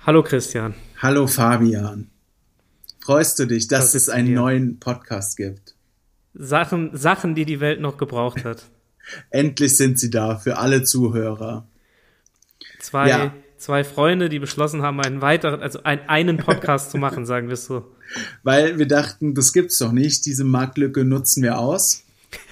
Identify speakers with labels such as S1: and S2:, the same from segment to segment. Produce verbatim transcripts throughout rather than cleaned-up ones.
S1: Hallo Christian.
S2: Hallo Fabian. Freust du dich, dass es einen neuen Podcast gibt?
S1: Sachen, Sachen, die die Welt noch gebraucht hat.
S2: Endlich sind sie da für alle Zuhörer.
S1: Zwei,
S2: Ja.
S1: zwei Freunde, die beschlossen haben, einen weiteren, also ein, einen Podcast zu machen, sagen wir es so.
S2: Weil wir dachten, das gibt's doch nicht. Diese Marktlücke nutzen wir aus.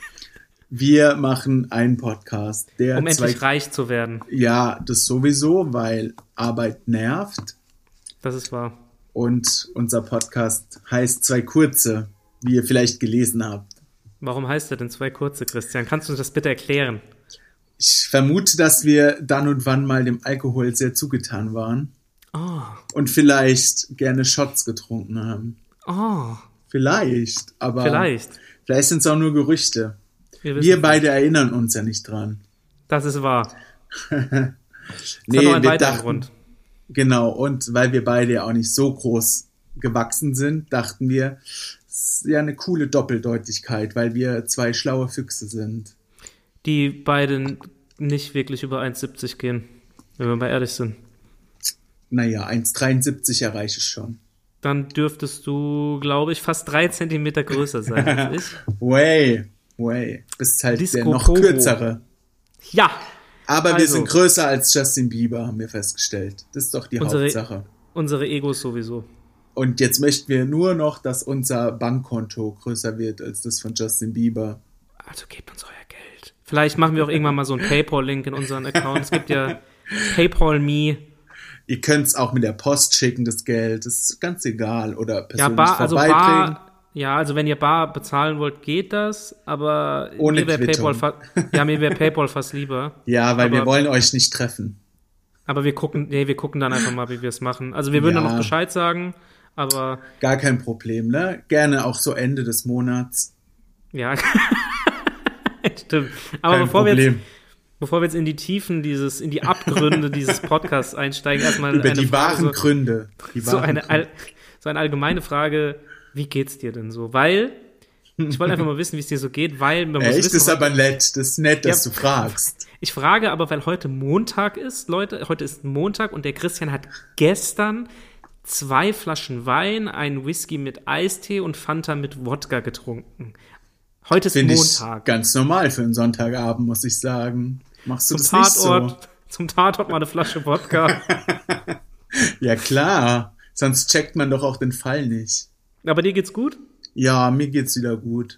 S2: Wir machen einen Podcast, der
S1: Um endlich
S2: zwei,
S1: reich zu werden.
S2: Ja, das sowieso, weil Arbeit nervt.
S1: Das ist wahr.
S2: Und unser Podcast heißt Zwei Kurze, wie ihr vielleicht gelesen habt.
S1: Warum heißt er denn Zwei Kurze, Christian? Kannst du uns das bitte erklären?
S2: Ich vermute, dass wir dann und wann mal dem Alkohol sehr zugetan waren.
S1: Oh.
S2: Und vielleicht gerne Shots getrunken haben.
S1: Oh.
S2: Vielleicht, aber
S1: Vielleicht.
S2: vielleicht sind es auch nur Gerüchte.
S1: Wir,
S2: Wir beide erinnern uns ja nicht dran.
S1: Das ist wahr. Das
S2: Nee,
S1: hat noch einen
S2: wir
S1: weiteren
S2: dachten,
S1: Grund.
S2: genau, und weil wir beide ja auch nicht so groß gewachsen sind, dachten wir, es ist ja eine coole Doppeldeutigkeit, weil wir zwei schlaue Füchse sind.
S1: Die beiden nicht wirklich über eins Komma siebzig gehen, wenn wir mal ehrlich sind.
S2: Naja, eins Komma dreiundsiebzig erreiche ich schon.
S1: Dann dürftest du, glaube ich, fast drei Zentimeter größer sein als ich.
S2: Way, way. Bist halt
S1: Disco
S2: der noch
S1: Pogo.
S2: kürzere.
S1: Ja,
S2: Aber wir
S1: Also.
S2: sind größer als Justin Bieber, haben wir festgestellt. Das ist doch die
S1: Unsere-
S2: Hauptsache.
S1: unsere Egos sowieso.
S2: Und jetzt möchten wir nur noch, dass unser Bankkonto größer wird als das von Justin Bieber.
S1: Also gebt uns euer Geld. Vielleicht machen wir auch irgendwann mal so einen PayPal-Link in unseren Account. Es gibt ja PayPal.me.
S2: Ihr könnt es auch mit der Post schicken, das Geld. Das ist ganz egal. Oder
S1: Ja,
S2: persönlich
S1: bar, also
S2: vorbeibringen.
S1: bar, ja, also wenn ihr bar bezahlen wollt, geht das, aber
S2: Ohne
S1: mir wäre
S2: Quittung.
S1: PayPal, fa- ja, mir wäre PayPal fast lieber.
S2: Ja, weil wir
S1: aber-
S2: wollen euch nicht treffen.
S1: Aber wir gucken, nee, wir gucken dann einfach mal, wie wir es machen. Also wir würden
S2: Ja.
S1: dann noch Bescheid sagen, aber
S2: Gar kein Problem, ne? Gerne auch so Ende des Monats.
S1: ja. Stimmt. Aber
S2: Kein
S1: bevor wir jetzt
S2: Problem.
S1: Bevor wir jetzt in die Tiefen dieses, in die Abgründe dieses Podcasts einsteigen, erstmal
S2: Über
S1: eine
S2: die
S1: Frage,
S2: wahren
S1: so,
S2: Gründe. Die
S1: so
S2: wahren
S1: eine,
S2: Gründe.
S1: all, so eine allgemeine Frage, wie geht's dir denn so? Weil, ich wollte einfach mal wissen, wie es dir so geht, weil man muss
S2: Echt,
S1: wissen,
S2: ist aber nett. Das ist nett, dass
S1: Ja.
S2: du fragst.
S1: ich frage aber, weil heute Montag ist, Leute, heute ist Montag und der Christian hat gestern zwei Flaschen Wein, einen Whisky mit Eistee und Fanta mit Wodka getrunken. Heute ist
S2: Finde ich
S1: Montag.
S2: ganz normal für einen Sonntagabend, muss ich sagen. Machst du
S1: Zum
S2: das nicht so?
S1: Tatort, zum Tatort mal eine Flasche Wodka.
S2: Ja, klar. Sonst checkt man doch auch den Fall nicht.
S1: Aber dir geht's gut?
S2: Ja, mir geht's wieder gut.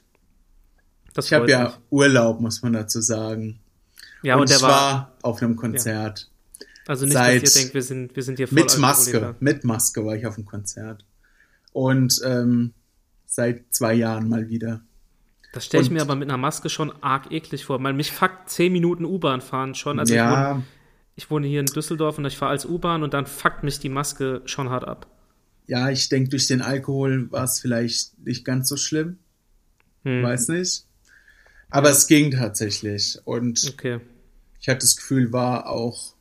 S1: Das
S2: Ich habe
S1: freut
S2: ja
S1: mich.
S2: Urlaub, muss man dazu sagen.
S1: Ja,
S2: und,
S1: und der
S2: ich
S1: war,
S2: war auf einem Konzert.
S1: also nicht,
S2: seit-
S1: dass ihr denkt, wir sind, wir sind hier voll
S2: Mit Maske.
S1: Alkoholiker.
S2: Mit Maske war ich auf dem Konzert. Und ähm, seit zwei Jahren mal wieder.
S1: Das stelle ich
S2: Und-
S1: mir aber mit einer Maske schon arg eklig vor, weil mich fuckt zehn Minuten U-Bahn fahren schon. Also ich, wohne,
S2: ja,
S1: ich wohne hier in Düsseldorf und ich fahre als U-Bahn und dann fuckt mich die Maske schon hart ab.
S2: ja, ich denke, durch den Alkohol war es vielleicht nicht ganz so schlimm.
S1: Hm.
S2: Weiß nicht. Aber es ging tatsächlich. Und
S1: Okay.
S2: ich hatte das Gefühl, war auch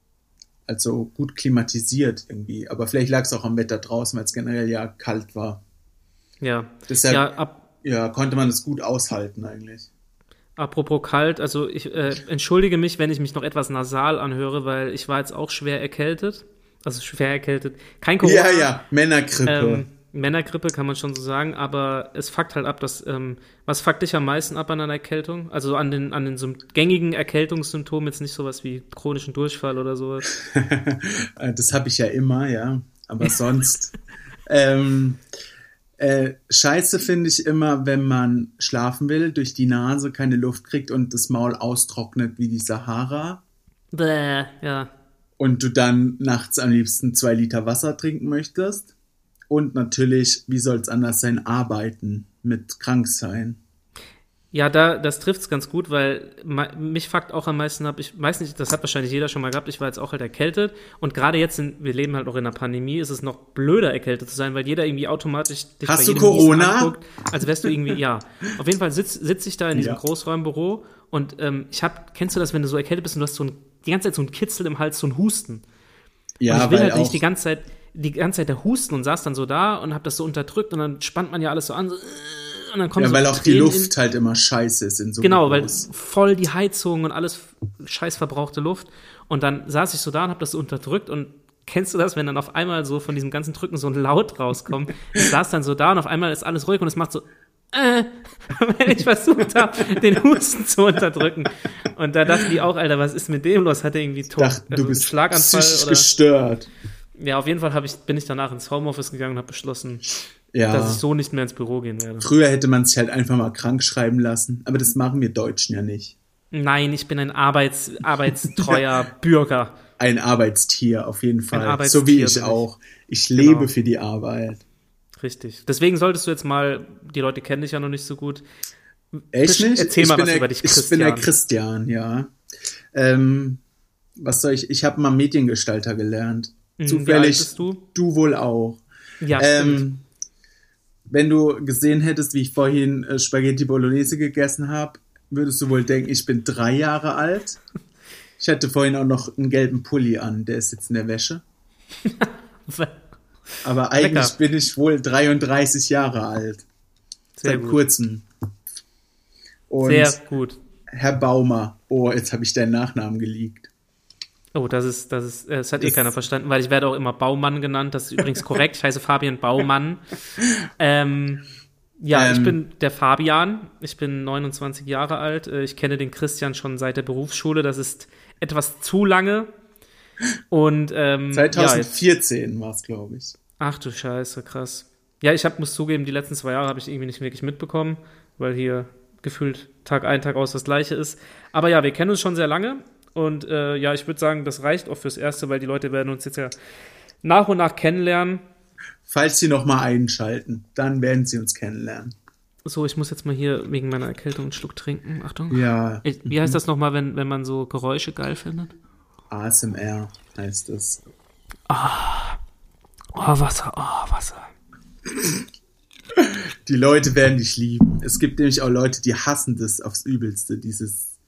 S2: also gut klimatisiert irgendwie. Aber vielleicht lag es auch am Wetter draußen, weil es generell ja kalt war.
S1: Ja.
S2: Deshalb
S1: Ja, ab,
S2: ja, konnte man es gut aushalten eigentlich.
S1: apropos kalt, also ich äh, entschuldige mich, wenn ich mich noch etwas nasal anhöre, weil ich war jetzt auch schwer erkältet. Also schwer erkältet. Kein Corona.
S2: Ja, ja, Männergrippe.
S1: Ähm, Männergrippe kann man schon so sagen, aber es fuckt halt ab, dass, ähm, was fuckt dich am meisten ab an einer Erkältung? Also an den, an den Sym- gängigen Erkältungssymptomen, jetzt nicht sowas wie chronischen Durchfall oder sowas.
S2: Das habe ich ja immer, ja. Aber sonst. ähm, äh, scheiße finde ich immer, wenn man schlafen will, durch die Nase keine Luft kriegt und das Maul austrocknet wie die Sahara.
S1: Bäh, ja.
S2: Und du dann nachts am liebsten zwei Liter Wasser trinken möchtest. Und natürlich, wie soll es anders sein, arbeiten mit Kranksein.
S1: Ja, da, das trifft's ganz gut, weil ma- mich fuckt auch am meisten ab, ich weiß nicht, das hat wahrscheinlich jeder schon mal gehabt, ich war jetzt auch halt erkältet und gerade jetzt, sind, wir leben halt noch in einer Pandemie, ist es noch blöder erkältet zu sein, weil jeder irgendwie automatisch dich
S2: Hast
S1: bei
S2: du
S1: jedem Niesen
S2: Corona?
S1: anguckt, als wärst du irgendwie, ja. Auf jeden Fall sitze sitz ich da in diesem
S2: Ja.
S1: Großraumbüro und ähm, ich hab, kennst du das, wenn du so erkältet bist und du hast so ein, die ganze Zeit so ein Kitzel im Hals, so ein Husten.
S2: Ja,
S1: und ich will
S2: weil
S1: halt
S2: auch,
S1: nicht die ganze Zeit, die ganze Zeit da husten und saß dann so da und hab das so unterdrückt und dann spannt man ja alles so an, so, und dann kommen
S2: ja,
S1: so
S2: weil auch die
S1: Tränen
S2: Luft
S1: in,
S2: halt immer scheiße ist in so
S1: Genau, weil
S2: Büros.
S1: voll die Heizung und alles scheiß verbrauchte Luft. Und dann saß ich so da und hab das so unterdrückt und Kennst du das, wenn dann auf einmal so von diesem ganzen Drücken so ein Laut rauskommt? Ich saß dann so da und auf einmal ist alles ruhig und es macht so äh, wenn ich versucht habe, den Husten zu unterdrücken. Und da dachten die auch, Alter, was ist mit dem los? Hat er irgendwie tot,
S2: dachte,
S1: also
S2: du bist
S1: einen Schlaganfall
S2: psychisch
S1: oder
S2: gestört.
S1: Ja, auf jeden Fall hab ich, bin ich danach ins Homeoffice gegangen und habe beschlossen,
S2: Ja.
S1: dass ich so nicht mehr ins Büro gehen werde.
S2: Früher hätte man sich halt einfach mal krank schreiben lassen, aber das machen wir Deutschen ja nicht.
S1: Nein, ich bin ein Arbeits, arbeitstreuer Bürger.
S2: Ein Arbeitstier, auf jeden Fall.
S1: Arbeitstier
S2: So wie ich
S1: bin ich.
S2: auch. Ich lebe
S1: Genau.
S2: für die Arbeit.
S1: Richtig. Deswegen solltest du jetzt mal, die Leute kennen dich ja noch nicht so gut.
S2: Echt nicht?
S1: Erzähl
S2: ich
S1: mal
S2: bin
S1: was
S2: der,
S1: über dich,
S2: Ich bin der
S1: Christian.
S2: Christian, ja. Ähm, was soll ich? Ich habe mal Mediengestalter gelernt.
S1: Mhm,
S2: Zufällig.
S1: wie alt bist du?
S2: Du wohl auch.
S1: Ja, stimmt.
S2: Ähm, wenn du gesehen hättest, wie ich vorhin äh, Spaghetti Bolognese gegessen habe, würdest du wohl denken, ich bin drei Jahre alt. Ich hatte vorhin auch noch einen gelben Pulli an, der ist jetzt in der Wäsche. Aber eigentlich
S1: Lecker.
S2: bin ich wohl dreiunddreißig Jahre alt.
S1: Sehr
S2: Seit
S1: gut.
S2: kurzem. Und
S1: Sehr gut.
S2: Herr Baumer, oh, jetzt habe ich deinen Nachnamen geleakt.
S1: Oh, das ist, das ist, das hat eh
S2: Das-
S1: keiner verstanden, weil ich werde auch immer Baumann genannt. Das ist übrigens korrekt. Ich heiße Fabian Baumann. Ähm, ja, ich
S2: Ähm.
S1: bin der Fabian. Ich bin neunundzwanzig Jahre alt. Äh, Ich kenne den Christian schon seit der Berufsschule. Das ist etwas zu lange. Und ähm, ja, jetzt,
S2: zweitausendvierzehn war es, glaube ich.
S1: ach du Scheiße, krass. Ja, ich hab, muss zugeben, die letzten zwei Jahre habe ich irgendwie nicht wirklich mitbekommen, weil hier gefühlt Tag ein, Tag aus das Gleiche ist. Aber ja, wir kennen uns schon sehr lange. Und äh, ja, ich würde sagen, das reicht auch fürs Erste, weil die Leute werden uns jetzt ja nach und nach kennenlernen.
S2: Falls Sie noch mal einschalten, dann werden Sie uns kennenlernen.
S1: So, ich muss jetzt mal hier wegen meiner Erkältung einen Schluck trinken. Achtung.
S2: Ja,
S1: Ich, wie heißt das nochmal, wenn, wenn man so Geräusche geil findet?
S2: A S M R heißt es.
S1: Oh, Wasser, oh, Wasser.
S2: Die Leute werden dich lieben. Es gibt nämlich auch Leute, die hassen das aufs Übelste, dieses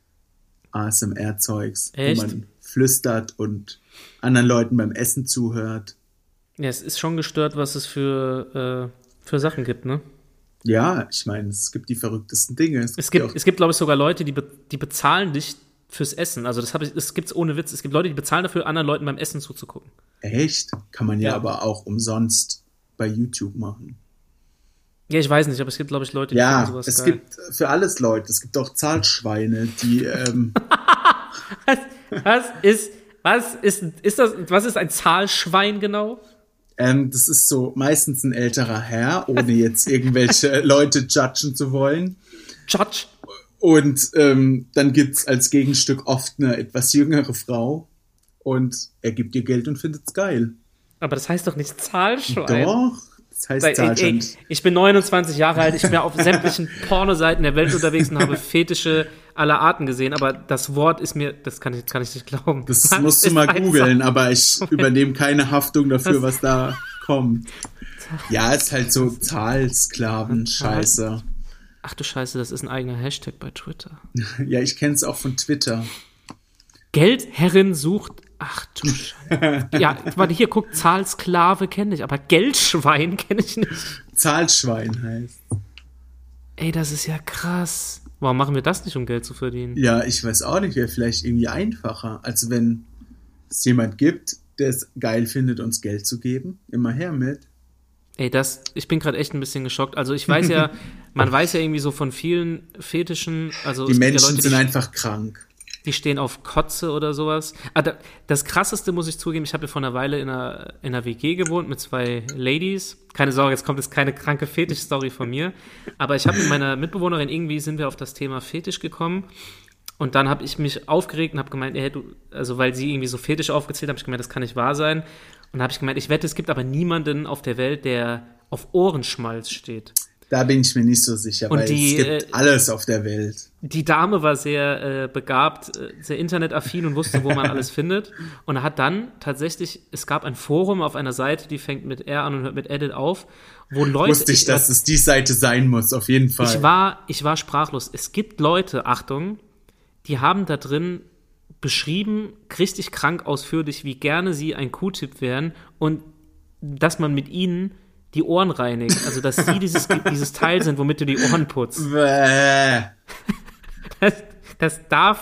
S2: A S M R-Zeugs,
S1: Echt?
S2: wo man flüstert und anderen Leuten beim Essen zuhört.
S1: Ja, es ist schon gestört, was es für, äh, für Sachen gibt, ne?
S2: Ja, ich meine, es gibt die verrücktesten Dinge.
S1: Es
S2: ja
S1: gibt, es gibt, glaube ich, sogar Leute, die, be, die bezahlen dich fürs Essen. Also das, hab ich, das gibt's ohne Witz. Es gibt Leute, die bezahlen dafür, anderen Leuten beim Essen zuzugucken.
S2: echt? Kann man ja,
S1: Ja.
S2: aber auch umsonst bei YouTube machen.
S1: Ja, ich weiß nicht, aber es gibt, glaube ich, Leute, die
S2: Ja,
S1: finden sowas
S2: es
S1: geil.
S2: gibt für alles Leute. Es gibt auch Zahlschweine, die ähm,
S1: Was, was ist, was ist, ist das, was ist ein Zahlschwein genau?
S2: ähm, das ist so meistens ein älterer Herr, ohne jetzt irgendwelche Leute judgen zu wollen.
S1: Judge?
S2: Und ähm, dann gibt's als Gegenstück oft eine etwas jüngere Frau und er gibt ihr Geld und findet's geil.
S1: Aber das heißt doch nicht Zahlschwein.
S2: Doch, das heißt
S1: Ey, ey,
S2: Zahlschwein.
S1: ich bin neunundzwanzig Jahre alt, ich bin auf sämtlichen Pornoseiten der Welt unterwegs und habe Fetische aller Arten gesehen, aber das Wort ist mir, das kann ich, kann ich nicht glauben.
S2: Das
S1: Was
S2: musst du
S1: ist
S2: mal
S1: ein
S2: googeln, aber ich übernehme keine Haftung dafür,
S1: Was-
S2: was da kommt. Ja, ist halt so Zahlsklaven-Scheiße.
S1: Ach du Scheiße, das ist ein eigener Hashtag bei Twitter.
S2: Ja, ich kenn's auch von Twitter.
S1: Geldherrin sucht. Ach du Scheiße. Ja, warte, hier, guck, Zahlsklave kenne ich, aber Geldschwein kenne ich nicht.
S2: Zahlschwein heißt.
S1: Ey, das ist ja krass. Warum machen wir das nicht, um Geld zu verdienen?
S2: Ja, ich weiß auch nicht, wäre vielleicht irgendwie einfacher. Also wenn es jemand gibt, der es geil findet, uns Geld zu geben, immer her mit.
S1: Ey, das, ich bin gerade echt ein bisschen geschockt. Also ich weiß ja, man weiß ja irgendwie so von vielen Fetischen, also
S2: Die
S1: es gibt
S2: Menschen
S1: ja Leute,
S2: sind
S1: die,
S2: einfach krank.
S1: die stehen auf Kotze oder sowas. Ah, da, das Krasseste muss ich zugeben, ich habe ja vor einer Weile in einer, in einer W G gewohnt mit zwei Ladies. Keine Sorge, jetzt kommt jetzt keine kranke Fetisch-Story von mir. Aber ich habe mit meiner Mitbewohnerin, irgendwie sind wir auf das Thema Fetisch gekommen. Und dann habe ich mich aufgeregt und habe gemeint, ey, du, also weil sie irgendwie so Fetisch aufgezählt hat, habe ich gemeint, das kann nicht wahr sein. Und habe ich gemeint, ich wette, es gibt aber niemanden auf der Welt, der auf Ohrenschmalz steht.
S2: Da bin ich mir nicht so sicher,
S1: Und
S2: weil
S1: die,
S2: es gibt
S1: äh,
S2: alles auf der Welt.
S1: Die Dame war sehr äh, begabt, äh, sehr internetaffin und wusste, wo man alles findet. Und hat dann tatsächlich, es gab ein Forum auf einer Seite, die fängt mit R an und hört mit Edit auf, wo Leute...
S2: Wusste ich, dass es die Seite sein muss, auf jeden Fall.
S1: Ich war, ich war sprachlos. Es gibt Leute, Achtung, die haben da drin beschrieben, richtig krank ausführlich, wie gerne sie ein Q-Tip wären und dass man mit ihnen die Ohren reinigt. Also, dass sie dieses, dieses Teil sind, womit du die Ohren putzt.
S2: Bäh.
S1: Das, das darf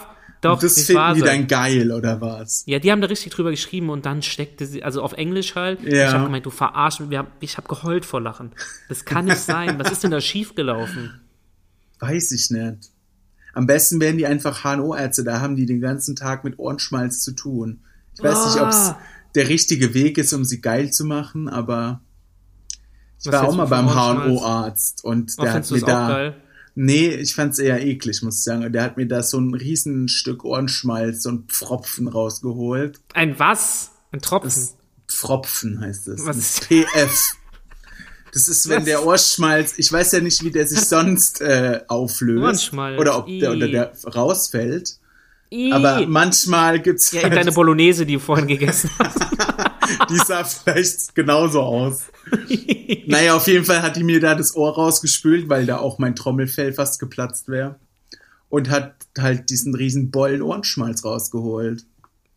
S1: Doch,
S2: Und das
S1: ich
S2: finden
S1: war
S2: die
S1: so.
S2: dann geil, oder was?
S1: Ja, die haben da richtig drüber geschrieben und dann steckte sie, also auf Englisch halt.
S2: Ja.
S1: Ich habe gemeint, du verarschst mich. Wir haben- Ich habe geheult vor Lachen. Das kann nicht sein. Was ist denn da schiefgelaufen?
S2: Weiß ich nicht. Am besten wären die einfach H N O-Ärzte, da haben die den ganzen Tag mit Ohrenschmalz zu tun. Ich weiß nicht, ob es
S1: Ah.
S2: der richtige Weg ist, um sie geil zu machen, aber ich
S1: Was
S2: war auch
S1: hältst
S2: mal
S1: du
S2: beim
S1: von
S2: H N
S1: Ohrenschmalz?
S2: O-Arzt und
S1: Oh,
S2: der hat
S1: findest du
S2: mir
S1: das auch
S2: da...
S1: geil?
S2: Nee, ich fand's eher eklig, muss ich sagen. Und der hat mir da so ein Riesenstück Ohrenschmalz, so ein Pfropfen rausgeholt.
S1: Ein was? Ein Tropfen?
S2: Das Pfropfen heißt es.
S1: Was
S2: Mit
S1: ist-
S2: P F. Das ist, wenn
S1: Was?
S2: der Ohrenschmalz, ich weiß ja nicht, wie der sich sonst äh, auflöst.
S1: Ohrenschmalz,
S2: Oder ob der,
S1: ih.
S2: oder der rausfällt.
S1: Ih.
S2: Aber manchmal gibt's
S1: Ja,
S2: halt,
S1: in deine Bolognese, die du vorhin gegessen hast.
S2: die sah vielleicht genauso aus. Naja, auf jeden Fall hat die mir da das Ohr rausgespült, weil da auch mein Trommelfell fast geplatzt wäre. Und hat halt diesen riesen Bollen Ohrenschmalz rausgeholt.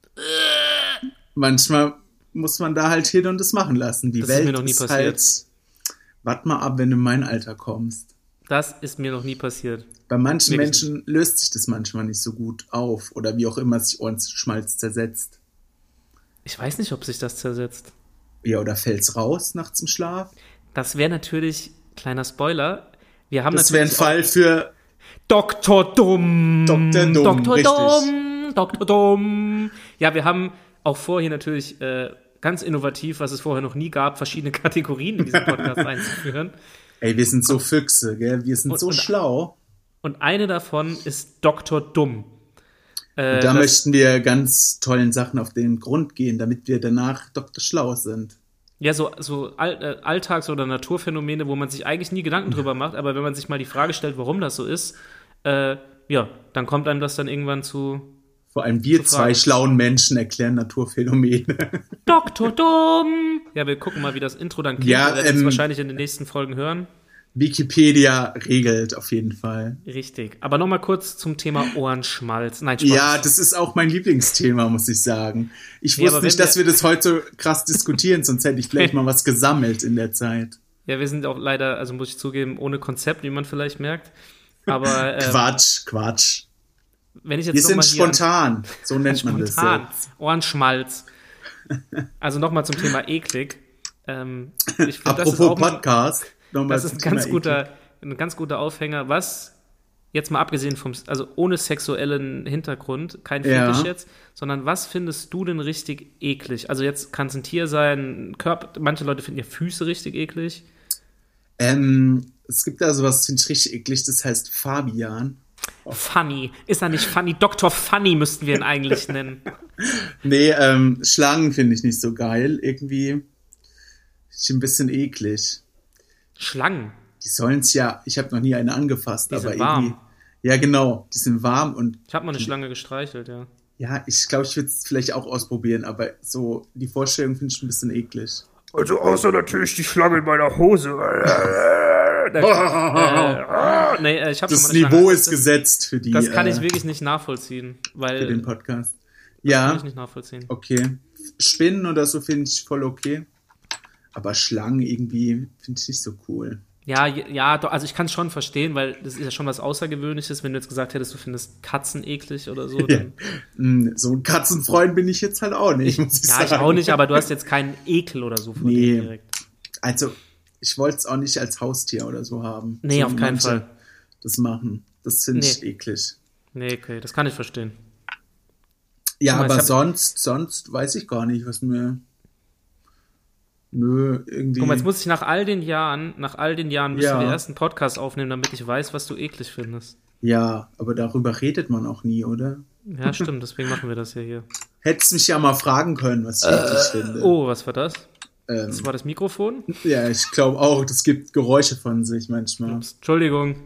S2: Manchmal muss man da halt hin und das machen lassen. Die
S1: Das ist
S2: Welt
S1: mir noch nie
S2: ist
S1: passiert.
S2: halt... Wart mal ab, wenn du in mein Alter kommst.
S1: Das ist mir noch nie passiert.
S2: Bei manchen
S1: Wirklich
S2: Menschen löst sich das manchmal nicht so gut auf. Oder wie auch immer sich Ohrenschmalz zersetzt.
S1: Ich weiß nicht, ob sich das zersetzt.
S2: Ja, oder fällt's raus nachts im Schlaf?
S1: Das wäre natürlich, kleiner Spoiler, wir haben
S2: Das wäre ein
S1: natürlich
S2: Fall für
S1: Doktor Dumm.
S2: Doktor Dumm,
S1: Doktor
S2: richtig.
S1: Dumm. Doktor Dumm. Ja, wir haben auch vorher natürlich äh, ganz innovativ, was es vorher noch nie gab, verschiedene Kategorien in diesem Podcast einzuführen.
S2: Ey, wir sind so Füchse, gell? Wir sind
S1: Und-
S2: so
S1: und-
S2: schlau.
S1: Und eine davon ist Doktor Dumm. Äh,
S2: Und da
S1: das-
S2: möchten wir ganz tollen Sachen auf den Grund gehen, damit wir danach Doktor Schlau sind.
S1: Ja, so, so All, äh, Alltags- oder Naturphänomene, wo man sich eigentlich nie Gedanken drüber macht, aber wenn man sich mal die Frage stellt, warum das so ist, äh, ja, dann kommt einem das dann irgendwann zu
S2: Vor allem wir
S1: Zu fragen.
S2: zwei schlauen Menschen erklären Naturphänomene.
S1: Doktor Dumm. Ja, wir gucken mal, wie das Intro dann klingt.
S2: Ja,
S1: wir werden es
S2: ähm,
S1: wahrscheinlich in den nächsten Folgen hören.
S2: Wikipedia regelt auf jeden Fall.
S1: Richtig. Aber nochmal kurz zum Thema Ohrenschmalz. Nein, Spaß.
S2: Ja, das ist auch mein Lieblingsthema, muss ich sagen. Ich
S1: Nee,
S2: wusste
S1: aber
S2: nicht,
S1: wenn
S2: dass
S1: wir-
S2: wir das heute so krass diskutieren, sonst hätte ich vielleicht mal was gesammelt in der Zeit.
S1: Ja, wir sind auch leider, also muss ich zugeben, ohne Konzept, wie man vielleicht merkt. Aber ähm,
S2: Quatsch, Quatsch.
S1: wenn ich
S2: Wir
S1: jetzt
S2: sind
S1: nochmal hier
S2: spontan, so nennt man das.
S1: spontan,
S2: Ja.
S1: Ohrenschmalz. Also nochmal zum Thema eklig. Ähm, ich find, das ist
S2: Apropos
S1: auch mal,
S2: Podcast. nochmal
S1: das ist
S2: zum
S1: ein ganz
S2: Thema
S1: guter, ein ganz guter Aufhänger. Was, jetzt mal abgesehen vom, also ohne sexuellen Hintergrund, kein
S2: Ja.
S1: Fetisch jetzt, sondern was findest du denn richtig eklig? Also jetzt kann es ein Tier sein, ein Körper, manche Leute finden ja Füße richtig eklig.
S2: Ähm, es gibt da sowas, finde ich richtig eklig, das heißt Fabian.
S1: Funny. Ist er nicht funny? Doktor Funny müssten wir ihn eigentlich nennen.
S2: Nee, ähm, Schlangen finde ich nicht so geil. Irgendwie ist ein bisschen eklig.
S1: Schlangen.
S2: Die sollen es ja, ich habe noch nie eine angefasst,
S1: Die
S2: aber
S1: sind
S2: irgendwie.
S1: warm.
S2: Ja, genau, die sind warm und
S1: Ich habe mal eine Schlange gestreichelt, ja.
S2: ja, ich glaube, ich würde es vielleicht auch ausprobieren, aber so die Vorstellung finde ich ein bisschen eklig.
S1: Also außer natürlich die Schlange in meiner Hose. äh, nee, äh, ich habe
S2: Das
S1: schon mal eine
S2: Niveau
S1: Schlange.
S2: ist gesetzt für die
S1: Das kann ich
S2: äh,
S1: wirklich nicht nachvollziehen, weil
S2: für den Podcast.
S1: kann
S2: Ja,
S1: ich nicht nachvollziehen.
S2: okay. Spinnen oder so finde ich voll okay. Aber Schlangen irgendwie finde ich nicht so cool.
S1: Ja, ja, doch, also ich kann es schon verstehen, weil das ist ja schon was Außergewöhnliches, wenn du jetzt gesagt hättest, du findest Katzen eklig oder so.
S2: Ja.
S1: Dann,
S2: Mm, So ein Katzenfreund bin ich jetzt halt auch nicht, muss ich
S1: ja,
S2: sagen.
S1: ich auch nicht, aber du hast jetzt keinen Ekel oder so von
S2: Nee.
S1: denen direkt.
S2: Also, ich wollte es auch nicht als Haustier oder so haben.
S1: Nee,
S2: so
S1: auf
S2: wie
S1: keinen
S2: manche
S1: Fall.
S2: Das machen. Das finde ich
S1: Nee.
S2: eklig.
S1: Nee, okay, das kann ich verstehen.
S2: Ja,
S1: Guck mal,
S2: aber
S1: ich hab-
S2: sonst, sonst weiß ich gar nicht, was mir. Nö, irgendwie.
S1: Guck mal, jetzt muss ich nach all den Jahren, nach all den Jahren müssen
S2: Ja.
S1: wir erst einen Podcast aufnehmen, damit ich weiß, was du eklig findest.
S2: Ja, aber darüber redet man auch nie, oder?
S1: Ja, stimmt, deswegen machen wir das ja hier.
S2: Hättest mich ja mal fragen können, was ich eklig finde.
S1: Oh, was war das?
S2: Ähm,
S1: Das war das Mikrofon?
S2: ja, ich glaube auch, das gibt Geräusche von sich manchmal.
S1: Ups, Entschuldigung.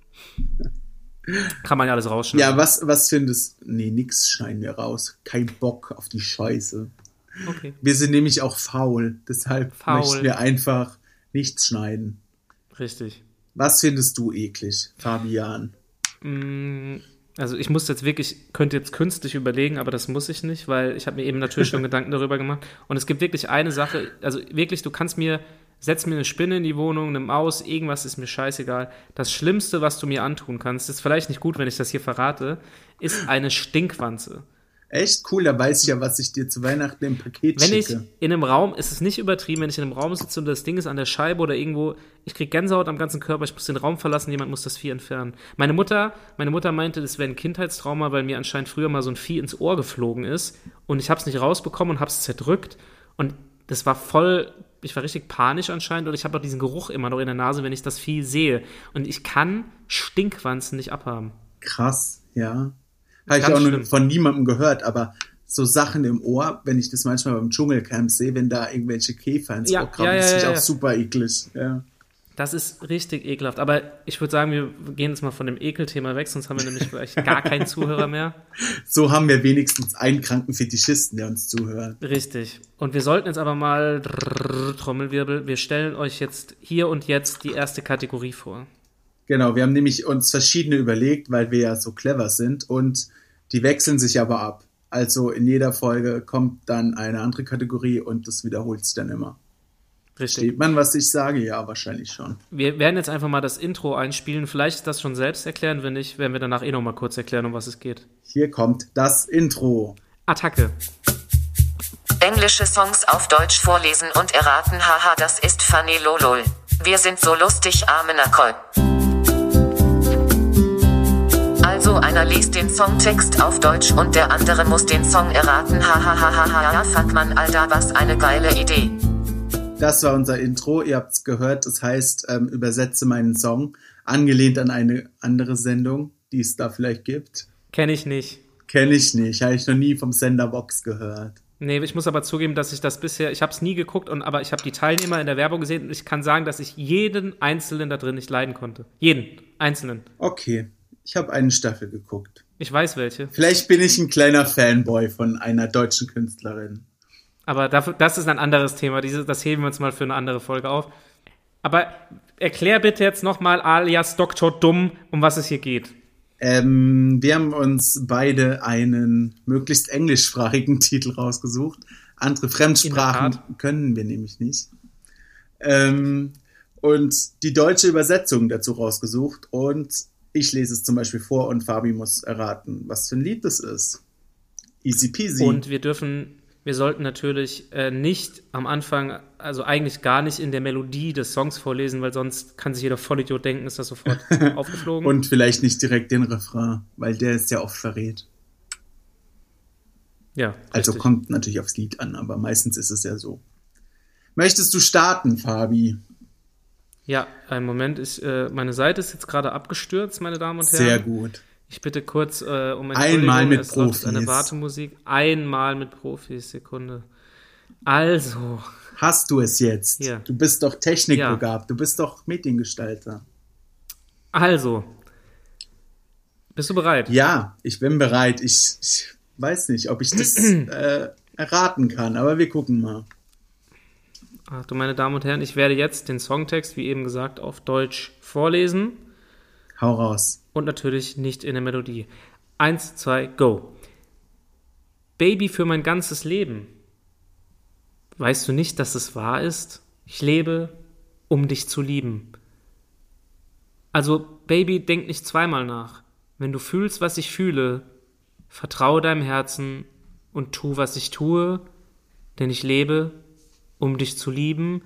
S1: Kann man ja alles rausschneiden.
S2: Ja, was, was findest Nee, nix schneiden wir raus. Kein Bock auf die Scheiße.
S1: Okay,
S2: Wir sind nämlich auch faul, deshalb
S1: Faul.
S2: möchten wir einfach nichts schneiden.
S1: richtig.
S2: Was findest du eklig, Fabian?
S1: Mm, Also ich muss jetzt wirklich, könnte jetzt künstlich überlegen, aber das muss ich nicht, weil ich habe mir eben natürlich schon Gedanken darüber gemacht. Und es gibt wirklich eine Sache, also wirklich, du kannst mir setz mir eine Spinne in die Wohnung, eine Maus, irgendwas ist mir scheißegal. Das Schlimmste, was du mir antun kannst, ist vielleicht nicht gut, wenn ich das hier verrate, ist eine Stinkwanze.
S2: Echt cool, da weiß ich ja, was ich dir zu Weihnachten im Paket
S1: Wenn
S2: schicke.
S1: ich in einem Raum, ist es nicht übertrieben, wenn ich in einem Raum sitze und das Ding ist an der Scheibe oder irgendwo, ich krieg Gänsehaut am ganzen Körper, ich muss den Raum verlassen, jemand muss das Vieh entfernen. Meine Mutter, meine Mutter meinte, das wäre ein Kindheitstrauma, weil mir anscheinend früher mal so ein Vieh ins Ohr geflogen ist und ich hab's nicht rausbekommen und hab's zerdrückt und das war voll, ich war richtig panisch anscheinend und ich habe auch diesen Geruch immer noch in der Nase, wenn ich das Vieh sehe. Und ich kann Stinkwanzen nicht abhaben.
S2: Krass, ja. Habe ich
S1: Ganz
S2: auch nur
S1: schlimm.
S2: von niemandem gehört, aber so Sachen im Ohr, wenn ich das manchmal beim Dschungelcamp sehe, wenn da irgendwelche Käfer ins
S1: Ja,
S2: Ohr kommen,
S1: ja, ja,
S2: das finde ich
S1: ja,
S2: auch
S1: ja.
S2: super eklig. Ja.
S1: Das ist richtig ekelhaft. Aber ich würde sagen, wir gehen jetzt mal von dem Ekelthema weg, sonst haben wir nämlich vielleicht gar keinen Zuhörer mehr.
S2: So haben wir wenigstens einen kranken Fetischisten, der uns zuhört.
S1: Richtig. Und wir sollten jetzt aber mal, Trommelwirbel, wir stellen euch jetzt hier und jetzt die erste Kategorie vor.
S2: Genau, wir haben nämlich uns verschiedene überlegt, weil wir ja so clever sind und die wechseln sich aber ab. Also in jeder Folge kommt dann eine andere Kategorie und das wiederholt sich dann immer.
S1: Richtig.
S2: Steht man, was ich sage? Ja, wahrscheinlich schon.
S1: Wir werden jetzt einfach mal das Intro einspielen. Vielleicht ist das schon selbst erklären. Wenn nicht, werden wir danach eh noch mal kurz erklären, um was es geht.
S2: Hier kommt das Intro.
S1: Attacke.
S3: Englische Songs auf Deutsch vorlesen und erraten. Haha, das ist funny lolol. Wir sind so lustig, arme Nacol. Also einer liest den Songtext auf Deutsch und der andere muss den Song erraten. Hahaha, fuck man, Alter, was eine geile Idee.
S2: Das war unser Intro. Ihr habt es gehört. Das heißt, ähm, übersetze meinen Song. Angelehnt an eine andere Sendung, die es da vielleicht gibt.
S1: Kenne ich nicht.
S2: Kenne ich nicht. Habe ich noch nie vom Sender Vox gehört.
S1: Nee, ich muss aber zugeben, dass ich das bisher, ich habe es nie geguckt, und aber ich habe die Teilnehmer in der Werbung gesehen und ich kann sagen, dass ich jeden Einzelnen da drin nicht leiden konnte. Jeden Einzelnen.
S2: Okay, ich habe eine Staffel geguckt.
S1: Ich weiß welche.
S2: Vielleicht bin ich ein kleiner Fanboy von einer deutschen Künstlerin.
S1: Aber dafür, das ist ein anderes Thema. Diese, das heben wir uns mal für eine andere Folge auf. Aber erklär bitte jetzt nochmal alias Doktor Dumm, um was es hier geht.
S2: Ähm, wir haben uns beide einen möglichst englischsprachigen Titel rausgesucht. Andere Fremdsprachen können wir nämlich nicht. Ähm, und die deutsche Übersetzung dazu rausgesucht. Und ich lese es zum Beispiel vor und Fabi muss erraten, was für ein Lied das ist. Easy peasy.
S1: Und wir dürfen... Wir sollten natürlich äh, nicht am Anfang, also eigentlich gar nicht in der Melodie des Songs vorlesen, weil sonst kann sich jeder Vollidiot denken, ist das sofort aufgeflogen.
S2: Und vielleicht nicht direkt den Refrain, weil der ist ja oft verrät.
S1: Ja,
S2: also
S1: richtig.
S2: Kommt natürlich aufs Lied an, aber meistens ist es ja so. Möchtest du starten, Fabi?
S1: Ja, einen Moment. Ich, äh, meine Seite ist jetzt gerade abgestürzt, meine Damen und Herren.
S2: Sehr gut.
S1: Ich bitte kurz äh, um Entschuldigung.
S2: Einmal mit
S1: es läuft
S2: Profis.
S1: Eine Wartemusik. Einmal mit Profis, Sekunde. Also.
S2: Hast du es jetzt?
S1: Ja.
S2: Du bist doch technikbegabt. Ja. Du bist doch Mediengestalter.
S1: Also. Bist du bereit?
S2: Ja, ich bin bereit. Ich, ich weiß nicht, ob ich das äh, erraten kann, aber wir gucken mal.
S1: Ach du, meine Damen und Herren, ich werde jetzt den Songtext, wie eben gesagt, auf Deutsch vorlesen.
S2: Hau raus.
S1: Und natürlich nicht in der Melodie. Eins, zwei, go. Baby für mein ganzes Leben. Weißt du nicht, dass es wahr ist? Ich lebe, um dich zu lieben. Also, Baby, denk nicht zweimal nach. Wenn du fühlst, was ich fühle, vertraue deinem Herzen und tu, was ich tue, denn ich lebe, um dich zu lieben.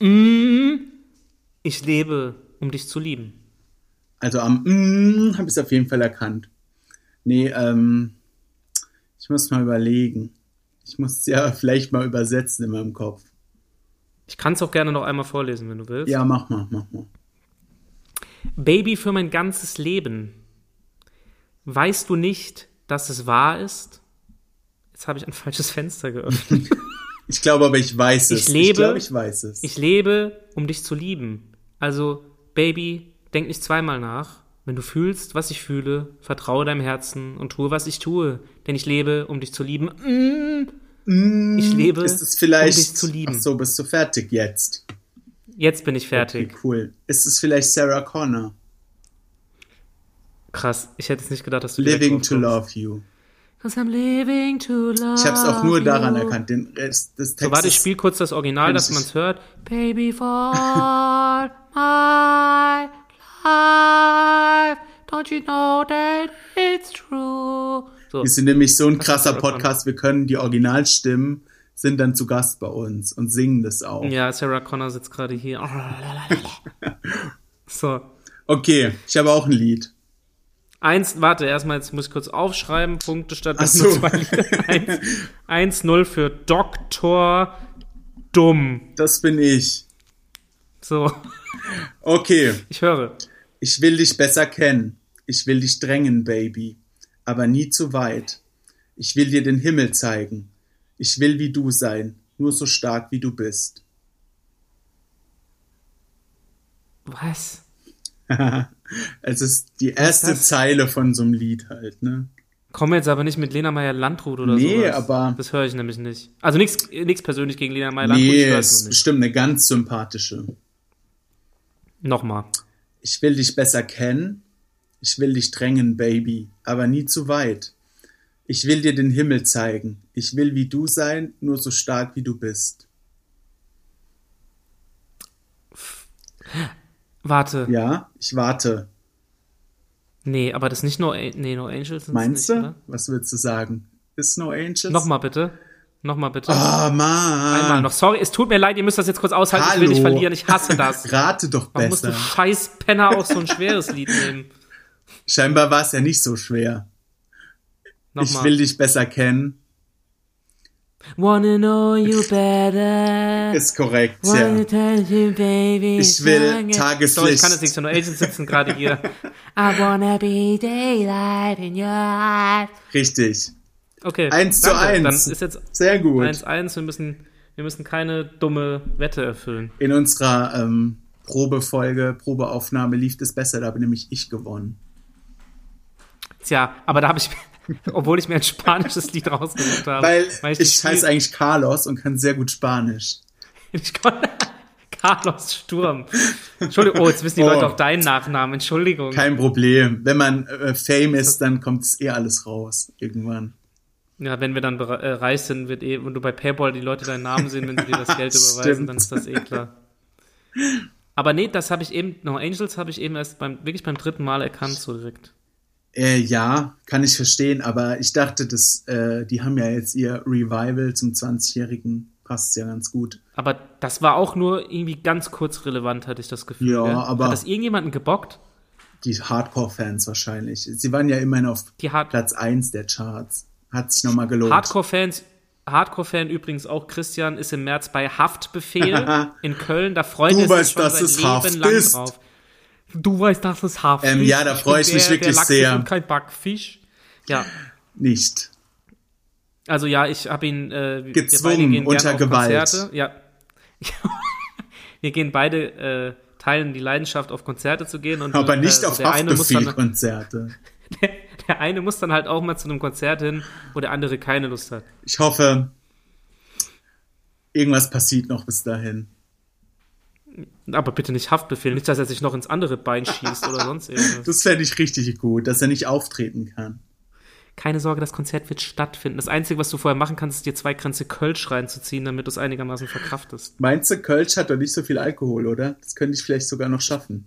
S1: Ich lebe, um dich zu lieben.
S2: Also am mm, habe ich es auf jeden Fall erkannt. Nee, ähm, ich muss mal überlegen. Ich muss es ja vielleicht mal übersetzen in meinem Kopf.
S1: Ich kann es auch gerne noch einmal vorlesen, wenn du willst.
S2: Ja, mach mal, mach mal.
S1: Baby für mein ganzes Leben. Weißt du nicht, dass es wahr ist? Jetzt habe ich ein falsches Fenster geöffnet.
S2: Ich glaube aber, ich weiß es.
S1: Ich lebe,
S2: ich glaube, ich weiß es.
S1: Ich lebe, um dich zu lieben. Also, Baby, denk nicht zweimal nach. Wenn du fühlst, was ich fühle, vertraue deinem Herzen und tue, was ich tue. Denn ich lebe, um dich zu lieben.
S2: Mm,
S1: ich lebe,
S2: ist es vielleicht,
S1: um dich zu lieben.
S2: Ach so, bist du fertig jetzt?
S1: Jetzt bin ich fertig.
S2: Okay, cool. Ist es vielleicht Sarah Connor?
S1: Krass, ich hätte es nicht gedacht, dass du
S2: Living
S1: direkt
S2: to
S1: drauf
S2: Love
S1: kommst.
S2: You.
S1: 'cause I'm living to love
S2: Ich hab's auch nur daran
S1: you.
S2: erkannt. Den Rest des Textes.
S1: So, warte, ich spiel kurz das Original, dass
S2: ich-
S1: man's hört. Baby, for all my life, don't you know that it's true? So.
S2: Wir sind nämlich so ein krasser
S1: Sarah Connor.
S2: Podcast, wir können die Originalstimmen, sind dann zu Gast bei uns und singen das auch.
S1: Ja, Sarah Connor sitzt gerade hier. So.
S2: Okay, ich habe auch ein Lied.
S1: Eins, warte, erstmal, jetzt muss ich kurz aufschreiben. Punkte statt
S2: Ach
S1: dass
S2: so.
S1: nur zwei Lieder. Eins, eins null für Doktor Dumm.
S2: Das bin ich.
S1: So,
S2: Okay,
S1: ich höre.
S2: ich will dich besser kennen. Ich will dich drängen, Baby, aber nie zu weit. Ich will dir den Himmel zeigen. Ich will wie du sein, nur so stark wie du bist.
S1: Was?
S2: Es ist die erste
S1: das?
S2: Zeile von so einem Lied halt, ne?
S1: Komm jetzt aber nicht mit Lena Meyer-Landrut oder
S2: Nee,
S1: sowas.
S2: aber-
S1: Das höre ich nämlich nicht. Also nichts nichts persönlich gegen Lena Meyer-Landrut.
S2: Nee,
S1: ich höre
S2: es
S1: es
S2: ist
S1: nur nicht.
S2: bestimmt eine ganz sympathische.
S1: Nochmal.
S2: Ich will dich besser kennen. Ich will dich drängen, Baby, aber nie zu weit. Ich will dir den Himmel zeigen. Ich will wie du sein, nur so stark wie du bist.
S1: Warte.
S2: Ja, ich warte.
S1: Nee, aber das ist nicht No, A- nee, no Angels. sind's
S2: Meinst
S1: nicht,
S2: du?
S1: Oder?
S2: Was würdest du sagen? Ist No Angels?
S1: Nochmal bitte. Nochmal bitte.
S2: Oh, Mann.
S1: Einmal noch. Sorry, es tut mir leid, ihr müsst das jetzt kurz aushalten. Ich will
S2: Hallo.
S1: nicht verlieren, ich hasse das.
S2: Rate doch
S1: Warum musst du
S2: besser.
S1: scheiß Penner auch so ein schweres Lied nehmen?
S2: Scheinbar war es ja nicht so schwer.
S1: Nochmal.
S2: Ich will dich besser kennen.
S1: Wanna know you better.
S2: Ist korrekt,
S1: Wanna
S2: ja.
S1: tell you, baby.
S2: Ich will
S1: Sorry,
S2: Tageslicht.
S1: ich kann das nicht so. No Agents sitzen gerade hier. I wanna be daylight in your eyes.
S2: Richtig.
S1: Okay.
S2: Eins zu
S1: danke.
S2: eins.
S1: Dann ist jetzt
S2: Sehr gut.
S1: eins eins. Wir müssen, wir müssen keine dumme Wette erfüllen.
S2: In unserer ähm, Probefolge, Probeaufnahme lief es besser, da habe nämlich ich gewonnen.
S1: Tja, aber da habe ich, obwohl ich mir ein spanisches Lied rausgesucht habe.
S2: Weil,
S1: weil
S2: ich
S1: die
S2: heiße
S1: Spiel-
S2: eigentlich Carlos und kann sehr gut Spanisch.
S1: Ich konnte. Carlos Sturm. Entschuldigung, oh, jetzt wissen die
S2: Oh.
S1: Leute auch deinen Nachnamen. Entschuldigung.
S2: Kein Problem. Wenn man äh, Fame ist, dann kommt es eh alles raus. Irgendwann.
S1: Ja, wenn wir dann bere- äh, reich sind, wird eh, und du bei PayPal die Leute deinen Namen sehen, wenn sie dir das Geld überweisen,
S2: Stimmt.
S1: dann ist das eh klar. Aber nee, das habe ich eben, No Angels habe ich eben erst beim, wirklich beim dritten Mal erkannt, so direkt.
S2: Äh, ja, kann ich verstehen, aber ich dachte, dass, äh, die haben ja jetzt ihr Revival zum zwanzigjährigen. Passt ja ganz gut.
S1: Aber das war auch nur irgendwie ganz kurz relevant, hatte ich das Gefühl.
S2: Ja,
S1: gell?
S2: aber-
S1: Hat das irgendjemanden gebockt?
S2: Die Hardcore-Fans wahrscheinlich. Sie waren ja immerhin auf
S1: Die Hard
S2: Platz eins der Charts. Hat sich nochmal gelohnt.
S1: Hardcore-Fans, Hardcore-Fan übrigens auch, Christian, ist im März bei Haftbefehl in Köln. Da freut
S2: Du
S1: er sich
S2: weißt,
S1: schon
S2: dass
S1: sein
S2: es
S1: Leben
S2: Haft
S1: lang
S2: ist.
S1: drauf. Du weißt, dass es Haft
S2: Ähm,
S1: ist.
S2: ja, da freue ich
S1: bin
S2: mich
S1: der,
S2: wirklich
S1: der Lachs
S2: sehr.
S1: Und kein Backfisch. Ja,
S2: Nicht.
S1: also ja, ich habe ihn äh, wir
S2: Gezwungen,
S1: beide gehen
S2: unter
S1: gerne auf
S2: Gewalt.
S1: Konzerte. Ja. Wir gehen beide, äh, teilen die Leidenschaft, auf Konzerte zu gehen. Und,
S2: Aber nicht
S1: äh,
S2: auf
S1: der eine muss dann,
S2: Haftbefehl-Konzerte.
S1: der, der eine muss dann halt auch mal zu einem Konzert hin, wo der andere keine Lust hat.
S2: Ich hoffe, irgendwas passiert noch bis dahin.
S1: Aber bitte nicht Haftbefehl, nicht, dass er sich noch ins andere Bein schießt oder sonst irgendwas.
S2: Das fände ich richtig gut, dass er nicht auftreten kann.
S1: Keine Sorge, das Konzert wird stattfinden. Das Einzige, was du vorher machen kannst, ist dir zwei Kränze Kölsch reinzuziehen, damit du es einigermaßen verkraftest.
S2: Meinst du, Kölsch hat doch nicht so viel Alkohol, oder? Das könnte ich vielleicht sogar noch schaffen.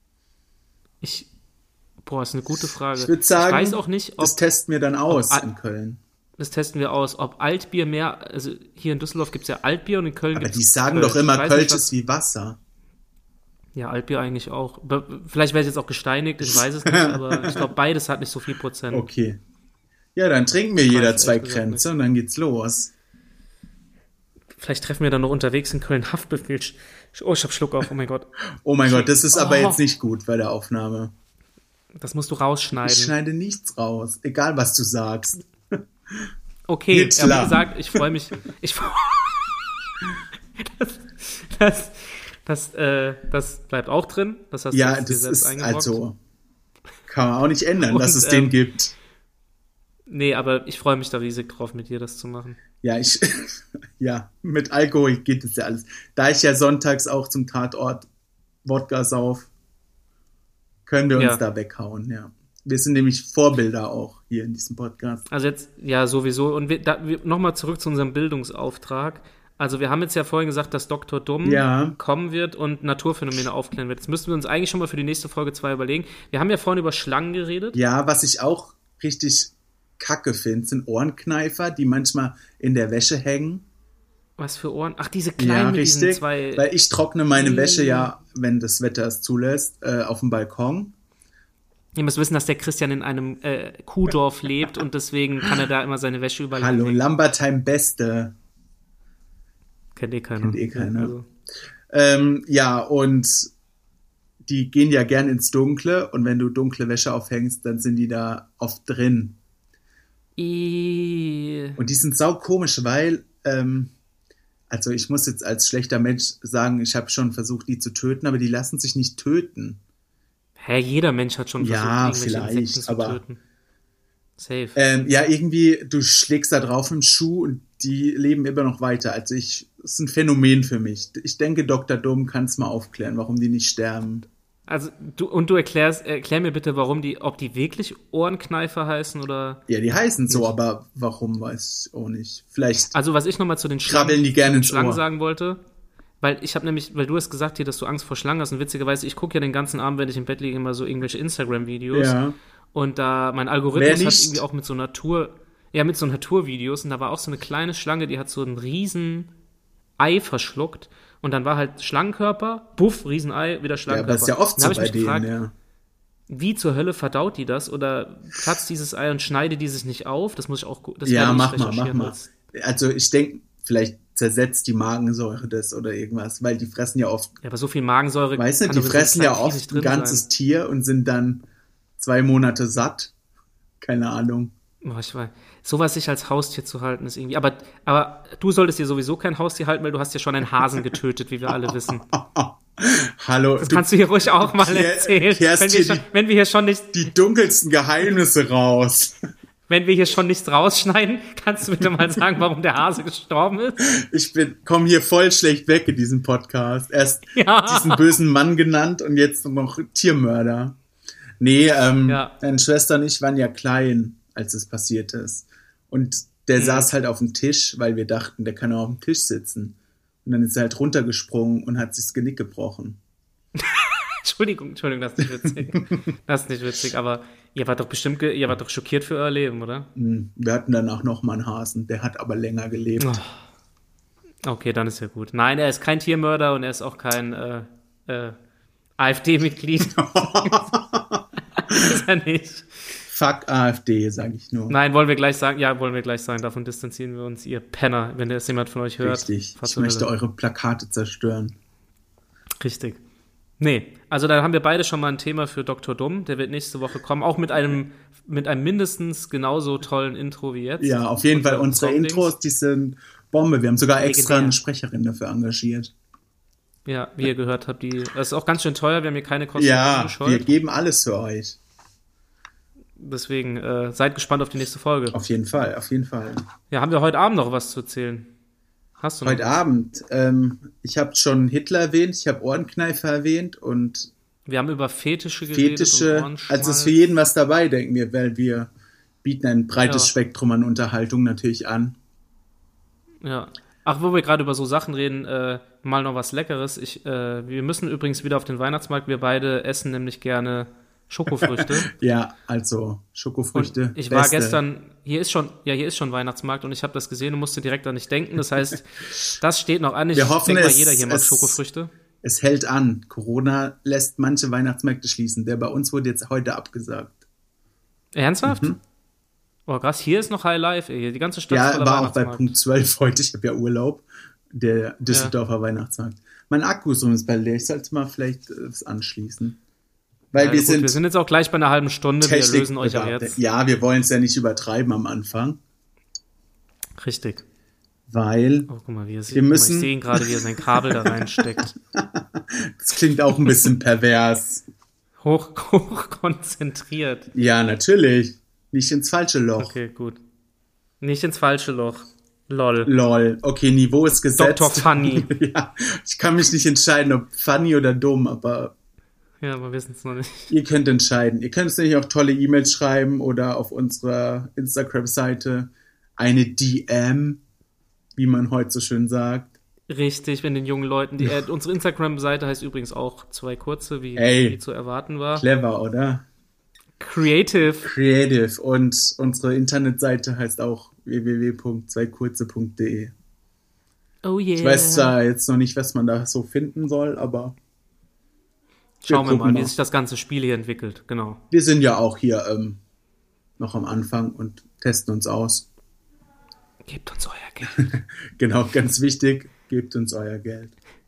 S1: Ich, boah, ist eine gute Frage.
S2: Ich würde sagen,
S1: ich weiß auch nicht, ob,
S2: das testen wir dann aus
S1: ob-
S2: in Köln.
S1: das testen wir aus, ob Altbier mehr, also hier in Düsseldorf gibt es ja Altbier und in Köln
S2: Aber
S1: gibt es
S2: die sagen doch immer, Kölsch ist wie Wasser.
S1: Ja, Altbier eigentlich auch. Be- Vielleicht wäre ich jetzt auch gesteinigt, ich weiß es nicht, aber ich glaube, beides hat nicht so viel Prozent.
S2: Okay. Ja, dann trinken wir
S1: Weiß
S2: jeder
S1: ich
S2: zwei
S1: ehrlich gesagt
S2: Kränze und dann geht's los.
S1: Vielleicht treffen wir dann noch unterwegs in Köln Haftbefehl. Oh, ich hab Schluck auf, oh mein Gott.
S2: Oh mein Gott, das ist aber
S1: Oh.
S2: jetzt nicht gut bei der Aufnahme.
S1: Das musst du
S2: Ich
S1: rausschneiden.
S2: schneide nichts raus, egal was du sagst.
S1: Okay, ja,
S2: Hitler.
S1: wie gesagt, ich freue mich. Ich das, das, das, äh, das bleibt auch drin. Das hast du
S2: Ja,
S1: jetzt dir
S2: das
S1: selbst
S2: ist
S1: eingebrockt.
S2: also kann man auch nicht ändern,
S1: Und,
S2: dass es
S1: ähm,
S2: den gibt.
S1: Nee, aber ich freue mich da riesig drauf, mit dir das zu machen.
S2: Ja, ich ja, mit Alkohol geht es ja alles. Da ich ja sonntags auch zum Tatort Wodka sauf, können wir uns
S1: Ja.
S2: da weghauen, ja. Wir sind nämlich Vorbilder auch hier in diesem Podcast.
S1: Also jetzt, ja, sowieso. Und wir, da, wir, nochmal zurück zu unserem Bildungsauftrag. Also wir haben jetzt ja vorhin gesagt, dass Doktor Dumm
S2: ja.
S1: kommen wird und Naturphänomene aufklären wird. Jetzt müssten wir uns eigentlich schon mal für die nächste Folge zwei überlegen. Wir haben ja vorhin über Schlangen geredet.
S2: Ja, was ich auch richtig kacke finde, sind Ohrenkneifer, die manchmal in der Wäsche hängen.
S1: Was für Ohren? Ach, diese kleinen
S2: ja,
S1: mit
S2: richtig,
S1: diesen zwei...
S2: Weil ich trockne meine mmh. Wäsche ja, wenn das Wetter es zulässt, äh, auf dem Balkon.
S1: Ihr müsst wissen, dass der Christian in einem äh, Kuhdorf lebt und deswegen kann er da immer seine Wäsche überall
S2: Hallo,
S1: legen.
S2: Lambertheim Beste.
S1: Kennt eh keiner.
S2: Kennt eh keiner.
S1: Also.
S2: Ähm, ja, und die gehen ja gern ins Dunkle und wenn du dunkle Wäsche aufhängst, dann sind die da oft drin.
S1: I-
S2: Und die sind saukomisch, weil, ähm, also ich muss jetzt als schlechter Mensch sagen, ich habe schon versucht, die zu töten, aber die lassen sich nicht töten.
S1: Hä, jeder Mensch hat schon versucht,
S2: Ja,
S1: irgendwelche
S2: vielleicht,
S1: Insekten zu
S2: aber-
S1: töten. Safe.
S2: Ähm, ja, irgendwie, du schlägst da drauf im Schuh und die leben immer noch weiter. Also ich, das ist ein Phänomen für mich. Ich denke, Doktor Dumm kann es mal aufklären, warum die nicht sterben.
S1: Also, du, und du erklärst, erklär mir bitte, warum die, ob die wirklich Ohrenkneifer heißen oder.
S2: Ja, die heißen so,
S1: Nicht.
S2: aber warum, weiß ich auch nicht. Vielleicht
S1: Also, was ich nochmal zu den Schlangen,
S2: krabbeln die gerne ins
S1: Schlangen
S2: Ohr.
S1: sagen wollte, weil ich habe nämlich, weil du hast gesagt hier, dass du Angst vor Schlangen hast und witzigerweise, ich gucke ja den ganzen Abend, wenn ich im Bett liege, immer so irgendwelche Instagram-Videos
S2: Ja.
S1: und da, mein
S2: Wer
S1: Algorithmus
S2: nicht?
S1: hat irgendwie auch mit so Natur, ja, mit so Naturvideos und da war auch so eine kleine Schlange, die hat so ein riesen Ei verschluckt und dann war halt Schlangenkörper, buff, Riesenei, wieder
S2: Ja,
S1: Schlangenkörper.
S2: aber ist ja oft
S1: Dann
S2: so
S1: hab ich
S2: bei
S1: mich
S2: denen,
S1: gefragt,
S2: ja.
S1: wie zur Hölle verdaut die das oder platzt dieses Ei und schneidet die sich nicht auf? Das muss ich auch gu- das
S2: Ja,
S1: werde ich
S2: mach mal, mach
S1: recherchieren,
S2: mal.
S1: weil's-
S2: Also ich denke, vielleicht zersetzt die Magensäure das oder irgendwas, weil die fressen ja oft,
S1: Ja, aber so viel Magensäure
S2: weißt du,
S1: kann
S2: die
S1: doch in so einem
S2: fressen ja
S1: kleinen Vieh
S2: oft
S1: nicht
S2: ein
S1: drin
S2: ganzes
S1: sein.
S2: Tier und sind dann zwei Monate satt. Keine Ahnung.
S1: Oh, ich weiß. Sowas sich als Haustier zu halten ist irgendwie. Aber, aber du solltest dir sowieso kein Haustier halten, weil du hast ja schon einen Hasen getötet, wie wir alle wissen.
S2: Hallo,
S1: Das
S2: du,
S1: kannst du hier ruhig auch mal
S2: Kehr-
S1: erzählen.
S2: kehrst
S1: Wenn wir,
S2: hier
S1: schon,
S2: die-
S1: wenn wir hier schon nicht,
S2: die dunkelsten Geheimnisse raus.
S1: wenn wir hier schon nichts rausschneiden, kannst du bitte mal sagen, warum der Hase gestorben ist?
S2: Ich bin, komm hier voll schlecht weg in diesem Podcast. Erst
S1: Ja.
S2: diesen bösen Mann genannt und jetzt noch Tiermörder. Nee, ähm,
S1: Ja.
S2: meine Schwester und ich waren ja klein, als es passiert ist. Und der
S1: Mhm.
S2: saß halt auf dem Tisch, weil wir dachten, der kann auch auf dem Tisch sitzen. Und dann ist er halt runtergesprungen und hat sich das Genick gebrochen.
S1: Entschuldigung, Entschuldigung, das ist nicht witzig. Das ist nicht witzig, aber ihr wart doch bestimmt, ge- ihr wart doch schockiert für euer Leben, oder?
S2: Hm, Wir hatten danach noch mal einen Hasen, der hat aber länger gelebt.
S1: Okay, dann ist ja gut. Nein, er ist kein Tiermörder und er ist auch kein äh, äh, AfD-Mitglied. Ist er nicht.
S2: Fuck AfD, sag ich nur.
S1: Nein, wollen wir gleich sagen, ja, wollen wir gleich sagen, davon distanzieren wir uns, ihr Penner, wenn das jemand von euch hört.
S2: Richtig.
S1: Fass
S2: Ich
S1: zur
S2: möchte
S1: Hölle.
S2: eure Plakate zerstören.
S1: Richtig. Nee, also da haben wir beide schon mal ein Thema für Doktor Dumm, der wird nächste Woche kommen, auch mit einem, mit einem mindestens genauso tollen Intro wie jetzt.
S2: Ja, auf jeden Fall. Unsere
S1: Sounddings.
S2: Intros, die sind Bombe. Wir haben sogar extra
S1: Legendär.
S2: eine Sprecherin dafür engagiert.
S1: Ja, wie ihr gehört habt, die, das ist auch ganz schön teuer, wir haben hier keine Kosten
S2: Ja, wir
S1: gescheut.
S2: geben alles für euch.
S1: Deswegen äh, seid gespannt auf die nächste Folge.
S2: Auf jeden Fall, auf jeden Fall.
S1: Ja, haben wir heute Abend noch was zu erzählen? Hast du noch?
S2: Heute Abend, ähm, ich habe schon Hitler erwähnt, ich habe Ohrenkneifer erwähnt und
S1: Wir haben über Fetische geredet.
S2: Fetische.
S1: Und Ohrenschmalz.
S2: Also ist für jeden was dabei, denken wir, weil wir bieten ein breites
S1: Ja.
S2: Spektrum an Unterhaltung natürlich an.
S1: Ja. Ach, wo wir gerade über so Sachen reden, äh, mal noch was Leckeres. Ich, äh, wir müssen übrigens wieder auf den Weihnachtsmarkt. Wir beide essen nämlich gerne Schokofrüchte.
S2: Ja, also Schokofrüchte.
S1: Und ich war
S2: beste.
S1: gestern, hier ist schon, ja, hier ist schon Weihnachtsmarkt und ich habe das gesehen und musste direkt an nicht denken. Das heißt, das steht noch an. Ich
S2: Wir hoffen,
S1: denke mal,
S2: es-
S1: jeder hier mag
S2: es-
S1: Schokofrüchte.
S2: Es hält an. Corona lässt manche Weihnachtsmärkte schließen. Der bei uns wurde jetzt heute abgesagt.
S1: Ernsthaft?
S2: Mhm.
S1: Oh, krass, hier ist noch High Life, ey. Die ganze Stadt ist
S2: Ja,
S1: voller
S2: war auch bei
S1: Weihnachtsmarkt.
S2: Punkt zwölf heute. Ich habe ja Urlaub. Der Düsseldorfer Weihnachtsmarkt. Mein Akku ist übrigens bei leer. Ich sollte mal vielleicht äh, das anschließen. Weil
S1: Ja,
S2: wir,
S1: gut,
S2: sind
S1: wir sind jetzt auch gleich bei einer halben Stunde. Wir
S2: Technik
S1: lösen euch auch
S2: begabt.
S1: jetzt.
S2: Ja, wir wollen es ja nicht übertreiben am Anfang.
S1: Richtig.
S2: Weil,
S1: Oh, guck mal, wie er sieht.
S2: Wir
S1: Guck mal,
S2: müssen-
S1: ich sehe ihn gerade, wie er sein Kabel da reinsteckt.
S2: das klingt auch ein bisschen pervers.
S1: Hoch, hoch konzentriert.
S2: Ja, natürlich. Nicht ins falsche Loch.
S1: Okay, gut. Nicht ins falsche Loch. Lol.
S2: Lol. Okay, Niveau ist gesetzt.
S1: Doktor Funny.
S2: Ja, ich kann mich nicht entscheiden, ob funny oder dumm, aber
S1: Ja, wir wissen es noch nicht.
S2: Ihr könnt entscheiden. Ihr könnt es nämlich auch tolle E-Mails schreiben oder auf unserer Instagram-Seite eine D M, wie man heute so schön sagt.
S1: Richtig, wenn den jungen Leuten, die, äh, unsere Instagram-Seite heißt übrigens auch zwei kurze, wie,
S2: Ey,
S1: wie zu erwarten war.
S2: Clever, oder?
S1: Creative.
S2: Creative. Und unsere Internetseite heißt auch w w w punkt zwei kurze punkt d e.
S1: Oh yeah.
S2: Ich weiß zwar jetzt noch nicht, was man da so finden soll, aber
S1: schauen wir mal,
S2: mal,
S1: wie sich das ganze Spiel hier entwickelt. Genau.
S2: Wir sind ja auch hier ähm, noch am Anfang und testen uns aus.
S1: Gebt uns euer Geld.
S2: Genau, ganz wichtig, gebt uns euer Geld.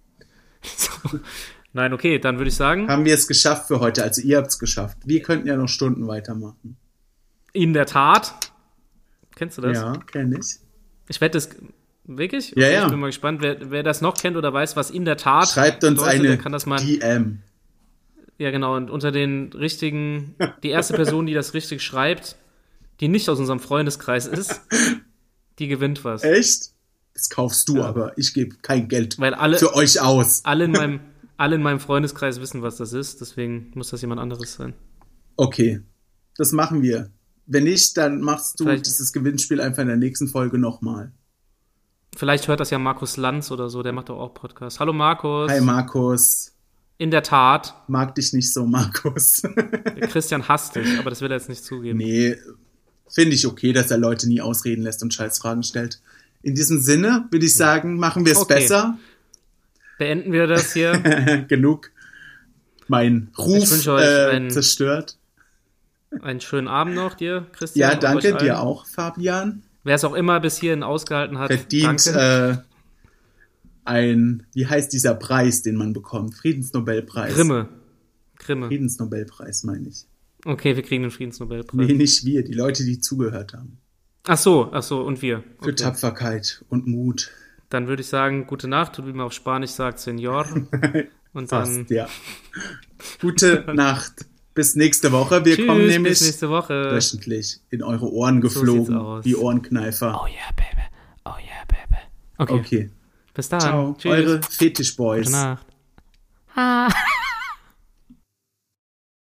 S1: So. Nein, okay, dann würde ich sagen...
S2: Haben wir es geschafft für heute, also ihr habt es geschafft. Wir könnten ja noch Stunden weitermachen.
S1: In der Tat. Kennst du das?
S2: Ja, kenne ich.
S1: Ich wette es... Wirklich?
S2: Ja,
S1: okay,
S2: ja.
S1: Ich bin mal gespannt, wer, wer das noch kennt oder weiß, was in der Tat...
S2: Schreibt uns
S1: bedeutet,
S2: eine
S1: der kann das mal,
S2: D M.
S1: Ja, genau, und unter den richtigen... Die erste Person, die das richtig schreibt, die nicht aus unserem Freundeskreis ist, die gewinnt was.
S2: Echt? Das kaufst du,
S1: Ja.
S2: aber ich gebe kein Geld
S1: Weil alle,
S2: für euch aus.
S1: alle, in meinem, alle in meinem Freundeskreis wissen, was das ist, deswegen muss das jemand anderes sein.
S2: Okay, das machen wir. Wenn nicht, dann machst du
S1: Vielleicht-
S2: dieses Gewinnspiel einfach in der nächsten Folge nochmal.
S1: Vielleicht hört das ja Markus Lanz oder so, der macht doch auch Podcast. Hallo Markus.
S2: Hi Markus.
S1: In der Tat,
S2: Mag dich nicht so, Markus.
S1: der Christian hasst dich, aber das will er jetzt nicht zugeben.
S2: Nee, finde ich okay, dass er Leute nie ausreden lässt und Scheißfragen stellt. In diesem Sinne würde ich sagen, machen wir es
S1: Okay.
S2: besser.
S1: Beenden wir das hier.
S2: Genug mein
S1: Ich
S2: Ruf
S1: wünsche euch
S2: äh,
S1: einen-
S2: zerstört.
S1: Einen schönen Abend noch dir, Christian.
S2: Ja,
S1: und
S2: danke
S1: euch allen.
S2: dir auch, Fabian.
S1: Wer es auch immer bis hierhin ausgehalten hat,
S2: Verdient
S1: danke.
S2: äh, ein, wie heißt dieser Preis, den man bekommt? Friedensnobelpreis.
S1: Grimme. Grimme.
S2: Friedensnobelpreis, meine ich.
S1: Okay, wir kriegen den Friedensnobelpreis.
S2: Nee, nicht wir, die Leute, die zugehört haben.
S1: Ach so, ach so, und wir.
S2: Für
S1: Okay.
S2: Tapferkeit und Mut.
S1: Dann würde ich sagen, gute Nacht, und wie man auf Spanisch sagt, Senor. Und dann
S2: Fast, ja. Gute Nacht. Bis nächste Woche. Wir
S1: tschüss,
S2: kommen nämlich
S1: bis nächste Woche.
S2: wöchentlich in eure Ohren
S1: sieht's
S2: geflogen.
S1: aus.
S2: Die Ohrenkneifer.
S1: Oh yeah, baby. Oh yeah, baby. Okay,
S2: Okay.
S1: bis dann.
S2: Ciao.
S1: Tschüss.
S2: Eure Fetischboys.
S1: Gute Nacht.